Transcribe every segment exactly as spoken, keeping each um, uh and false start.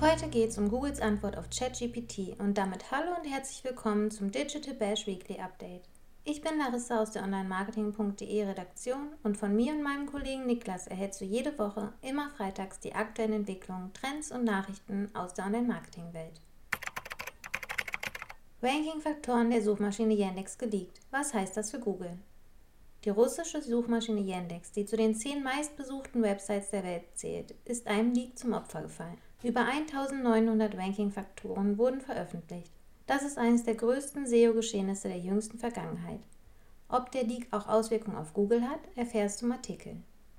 Heute geht es um Googles Antwort auf ChatGPT und damit hallo und herzlich willkommen zum Digital Bash Weekly Update. Ich bin Larissa aus der online marketing punkt de Redaktion und von mir und meinem Kollegen Niklas erhältst du jede Woche immer freitags die aktuellen Entwicklungen, Trends und Nachrichten aus der Online-Marketing-Welt. Ranking-Faktoren der Suchmaschine Yandex geleakt. Was heißt das für Google? Die russische Suchmaschine Yandex, die zu den zehn meistbesuchten Websites der Welt zählt, ist einem Leak zum Opfer gefallen. Über eintausendneunhundert Ranking-Faktoren wurden veröffentlicht. Das ist eines der größten S E O-Geschehnisse der jüngsten Vergangenheit. Ob der Leak auch Auswirkungen auf Google hat, erfährst du im Artikel.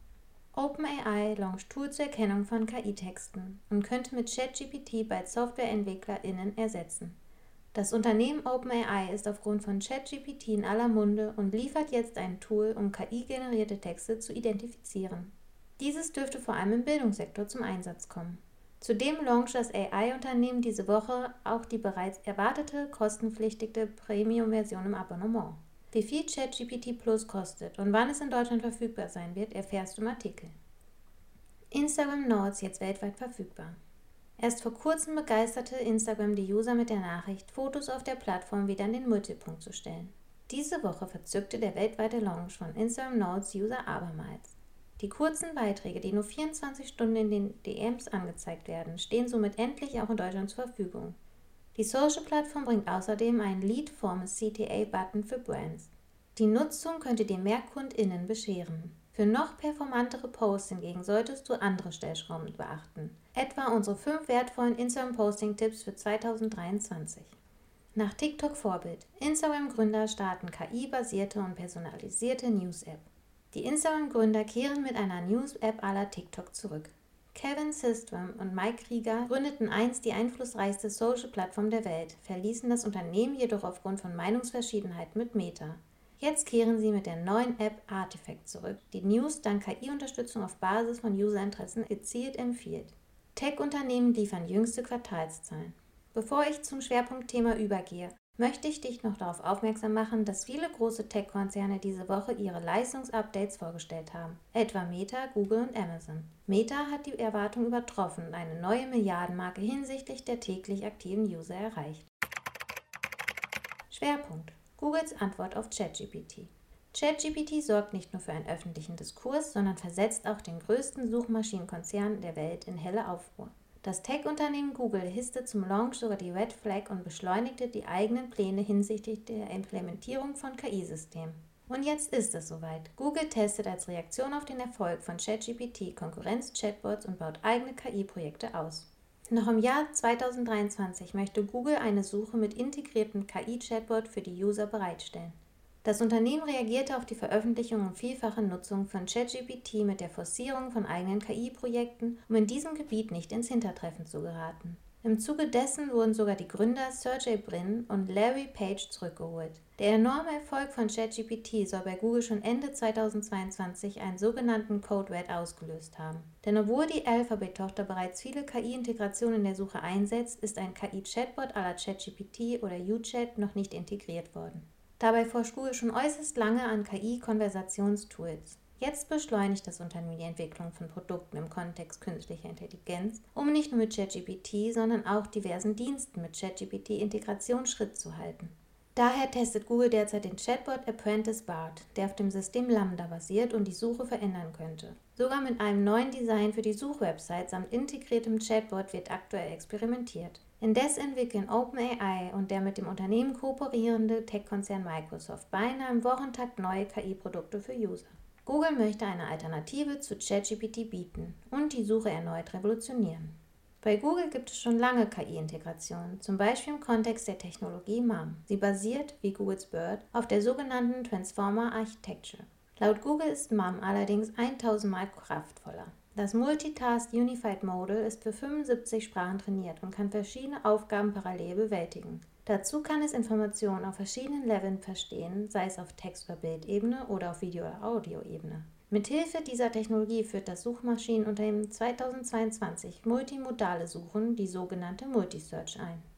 OpenAI launcht Tool zur Erkennung von K I-Texten und könnte mit ChatGPT bald SoftwareentwicklerInnen ersetzen. Das Unternehmen OpenAI ist aufgrund von ChatGPT in aller Munde und liefert jetzt ein Tool, um K I-generierte Texte zu identifizieren. Dieses dürfte vor allem im Bildungssektor zum Einsatz kommen. Zudem launcht das A I-Unternehmen diese Woche auch die bereits erwartete kostenpflichtige Premium-Version im Abonnement. Wie viel ChatGPT Plus kostet und wann es in Deutschland verfügbar sein wird, erfährst du im Artikel. Instagram Notes jetzt weltweit verfügbar. Erst vor kurzem begeisterte Instagram die User mit der Nachricht, Fotos auf der Plattform wieder in den Mittelpunkt zu stellen. Diese Woche verzögerte der weltweite Launch von Instagram Notes User abermals. Die kurzen Beiträge, die nur vierundzwanzig Stunden in den D Ms angezeigt werden, stehen somit endlich auch in Deutschland zur Verfügung. Die Social-Plattform bringt außerdem einen Lead-Forms-C T A-Button für Brands. Die Nutzung könnte dir mehr KundInnen bescheren. Für noch performantere Posts hingegen solltest du andere Stellschrauben beachten, etwa unsere fünf wertvollen Instagram-Posting-Tipps für zweitausenddreiundzwanzig. Nach TikTok-Vorbild. Instagram-Gründer starten K I-basierte und personalisierte News-App. Die Instagram-Gründer kehren mit einer News-App à la TikTok zurück. Kevin Systrom und Mike Krieger gründeten einst die einflussreichste Social-Plattform der Welt, verließen das Unternehmen jedoch aufgrund von Meinungsverschiedenheiten mit Meta. Jetzt kehren sie mit der neuen App Artifact zurück, die News dank K I-Unterstützung auf Basis von Userinteressen gezielt empfiehlt. Tech-Unternehmen liefern jüngste Quartalszahlen. Bevor ich zum Schwerpunktthema übergehe, möchte ich dich noch darauf aufmerksam machen, dass viele große Tech-Konzerne diese Woche ihre Leistungsupdates vorgestellt haben, etwa Meta, Google und Amazon. Meta hat die Erwartung übertroffen und eine neue Milliardenmarke hinsichtlich der täglich aktiven User erreicht. Schwerpunkt: Googles Antwort auf ChatGPT. ChatGPT sorgt nicht nur für einen öffentlichen Diskurs, sondern versetzt auch den größten Suchmaschinenkonzern der Welt in helle Aufruhr. Das Tech-Unternehmen Google hisste zum Launch sogar die Red Flag und beschleunigte die eigenen Pläne hinsichtlich der Implementierung von K I-Systemen. Und jetzt ist es soweit. Google testet als Reaktion auf den Erfolg von ChatGPT Konkurrenz-Chatbots und baut eigene K I-Projekte aus. Noch im Jahr zweitausenddreiundzwanzig möchte Google eine Suche mit integriertem K I-Chatbot für die User bereitstellen. Das Unternehmen reagierte auf die Veröffentlichung und vielfache Nutzung von ChatGPT mit der Forcierung von eigenen K I-Projekten, um in diesem Gebiet nicht ins Hintertreffen zu geraten. Im Zuge dessen wurden sogar die Gründer Sergey Brin und Larry Page zurückgeholt. Der enorme Erfolg von ChatGPT soll bei Google schon Ende zweitausendzweiundzwanzig einen sogenannten Code Red ausgelöst haben. Denn obwohl die Alphabet-Tochter bereits viele K I-Integrationen in der Suche einsetzt, ist ein K I-Chatbot à la ChatGPT oder UChat noch nicht integriert worden. Dabei forscht Google schon äußerst lange an K I-Konversationstools. Jetzt beschleunigt das Unternehmen die Entwicklung von Produkten im Kontext künstlicher Intelligenz, um nicht nur mit ChatGPT, sondern auch diversen Diensten mit ChatGPT-Integration Schritt zu halten. Daher testet Google derzeit den Chatbot Apprentice Bard, der auf dem System Lambda basiert und die Suche verändern könnte. Sogar mit einem neuen Design für die Suchwebsite samt integriertem Chatbot wird aktuell experimentiert. Indes entwickeln OpenAI und der mit dem Unternehmen kooperierende Tech-Konzern Microsoft beinahe im Wochentakt neue K I-Produkte für User. Google möchte eine Alternative zu ChatGPT bieten und die Suche erneut revolutionieren. Bei Google gibt es schon lange K I-Integrationen, zum Beispiel im Kontext der Technologie M A M. Sie basiert, wie Googles Bird, auf der sogenannten Transformer Architecture. Laut Google ist M A M allerdings tausendmal kraftvoller. Das Multitask Unified Model ist für fünfundsiebzig Sprachen trainiert und kann verschiedene Aufgaben parallel bewältigen. Dazu kann es Informationen auf verschiedenen Leveln verstehen, sei es auf Text- oder Bildebene oder auf Video- oder Audioebene. Mithilfe dieser Technologie führt das Suchmaschinenunternehmen zweitausendzweiundzwanzig multimodale Suchen, die sogenannte Multisearch, ein.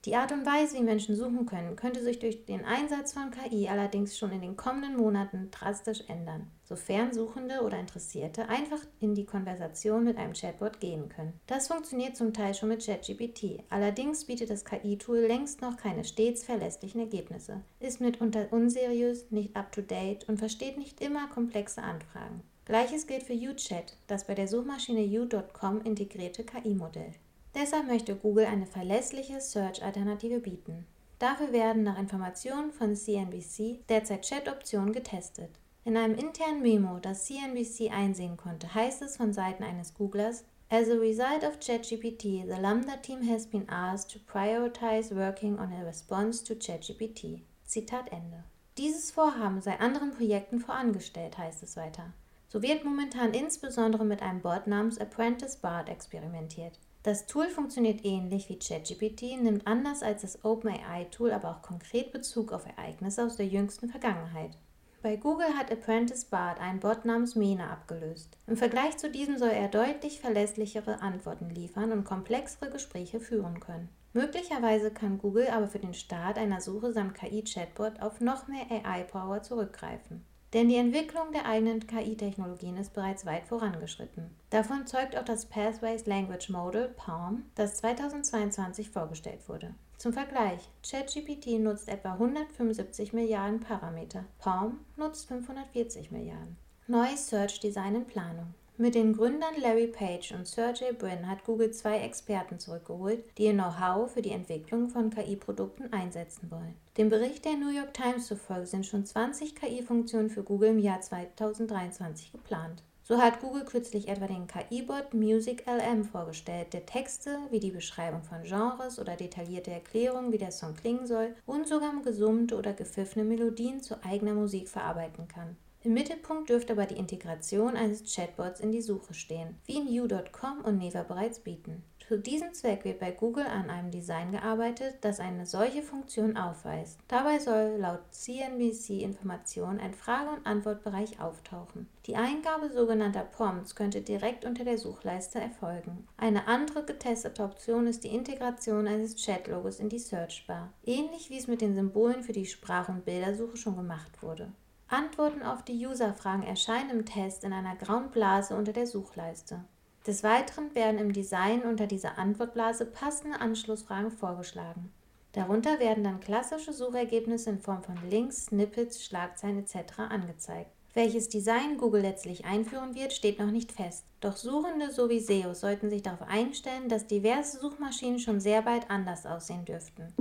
Die Art und Weise, wie Menschen suchen können, könnte sich durch den Einsatz von K I allerdings schon in den kommenden Monaten drastisch ändern, sofern Suchende oder Interessierte einfach in die Konversation mit einem Chatbot gehen können. Das funktioniert zum Teil schon mit ChatGPT, allerdings bietet das K I-Tool längst noch keine stets verlässlichen Ergebnisse, ist mitunter unseriös, nicht up-to-date und versteht nicht immer komplexe Anfragen. Gleiches gilt für YouChat, das bei der Suchmaschine you Punkt com integrierte K I-Modell. Deshalb möchte Google eine verlässliche Search-Alternative bieten. Dafür werden nach Informationen von C N B C derzeit Chat-Optionen getestet. In einem internen Memo, das C N B C einsehen konnte, heißt es von Seiten eines Googlers: As a result of ChatGPT, the Lambda team has been asked to prioritize working on a response to ChatGPT. Zitat Ende. Dieses Vorhaben sei anderen Projekten vorangestellt, heißt es weiter. So wird momentan insbesondere mit einem Bot namens Apprentice Bard experimentiert. Das Tool funktioniert ähnlich wie ChatGPT, nimmt anders als das OpenAI-Tool aber auch konkret Bezug auf Ereignisse aus der jüngsten Vergangenheit. Bei Google hat Apprentice Bard einen Bot namens Mena abgelöst. Im Vergleich zu diesem soll er deutlich verlässlichere Antworten liefern und komplexere Gespräche führen können. Möglicherweise kann Google aber für den Start einer Suche samt K I-Chatbot auf noch mehr A I-Power zurückgreifen. Denn die Entwicklung der eigenen K I-Technologien ist bereits weit vorangeschritten. Davon zeugt auch das Pathways Language Model (PaLM), das zweitausendzweiundzwanzig vorgestellt wurde. Zum Vergleich: ChatGPT nutzt etwa hundertfünfundsiebzig Milliarden Parameter, PaLM nutzt fünfhundertvierzig Milliarden. Neues Search Design in Planung. Mit den Gründern Larry Page und Sergey Brin hat Google zwei Experten zurückgeholt, die ihr Know-how für die Entwicklung von K I-Produkten einsetzen wollen. Dem Bericht der New York Times zufolge sind schon zwanzig K I-Funktionen für Google im Jahr zweitausenddreiundzwanzig geplant. So hat Google kürzlich etwa den K I-Bot Music L M vorgestellt, der Texte wie die Beschreibung von Genres oder detaillierte Erklärungen, wie der Song klingen soll, und sogar gesummte oder gepfiffene Melodien zu eigener Musik verarbeiten kann. Im Mittelpunkt dürfte aber die Integration eines Chatbots in die Suche stehen, wie ihn you Punkt com und Naver bereits bieten. Zu diesem Zweck wird bei Google an einem Design gearbeitet, das eine solche Funktion aufweist. Dabei soll laut C N B C-Informationen ein Frage- und Antwortbereich auftauchen. Die Eingabe sogenannter Prompts könnte direkt unter der Suchleiste erfolgen. Eine andere getestete Option ist die Integration eines Chatlogos in die Searchbar, ähnlich wie es mit den Symbolen für die Sprach- und Bildersuche schon gemacht wurde. Antworten auf die User-Fragen erscheinen im Test in einer grauen Blase unter der Suchleiste. Des Weiteren werden im Design unter dieser Antwortblase passende Anschlussfragen vorgeschlagen. Darunter werden dann klassische Suchergebnisse in Form von Links, Snippets, Schlagzeilen et cetera angezeigt. Welches Design Google letztlich einführen wird, steht noch nicht fest. Doch Suchende sowie S E Os sollten sich darauf einstellen, dass diverse Suchmaschinen schon sehr bald anders aussehen dürften.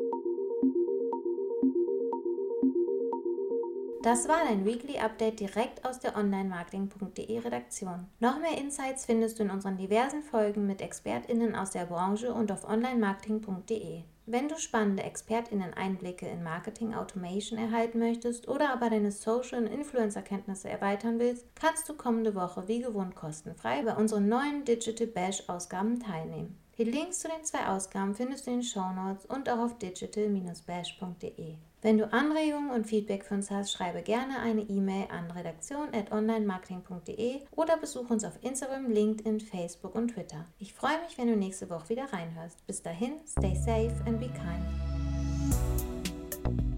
Das war dein Weekly Update direkt aus der online marketing punkt de Redaktion. Noch mehr Insights findest du in unseren diversen Folgen mit ExpertInnen aus der Branche und auf online marketing punkt de. Wenn du spannende ExpertInnen-Einblicke in Marketing Automation erhalten möchtest oder aber deine Social- und Influencer-Kenntnisse erweitern willst, kannst du kommende Woche wie gewohnt kostenfrei bei unseren neuen Digital Bash-Ausgaben teilnehmen. Die Links zu den zwei Ausgaben findest du in den Shownotes und auch auf digital Bindestrich bash punkt de. Wenn du Anregungen und Feedback für uns hast, schreibe gerne eine E-Mail an redaktion at online marketing punkt de oder besuche uns auf Instagram, LinkedIn, Facebook und Twitter. Ich freue mich, wenn du nächste Woche wieder reinhörst. Bis dahin, stay safe and be kind.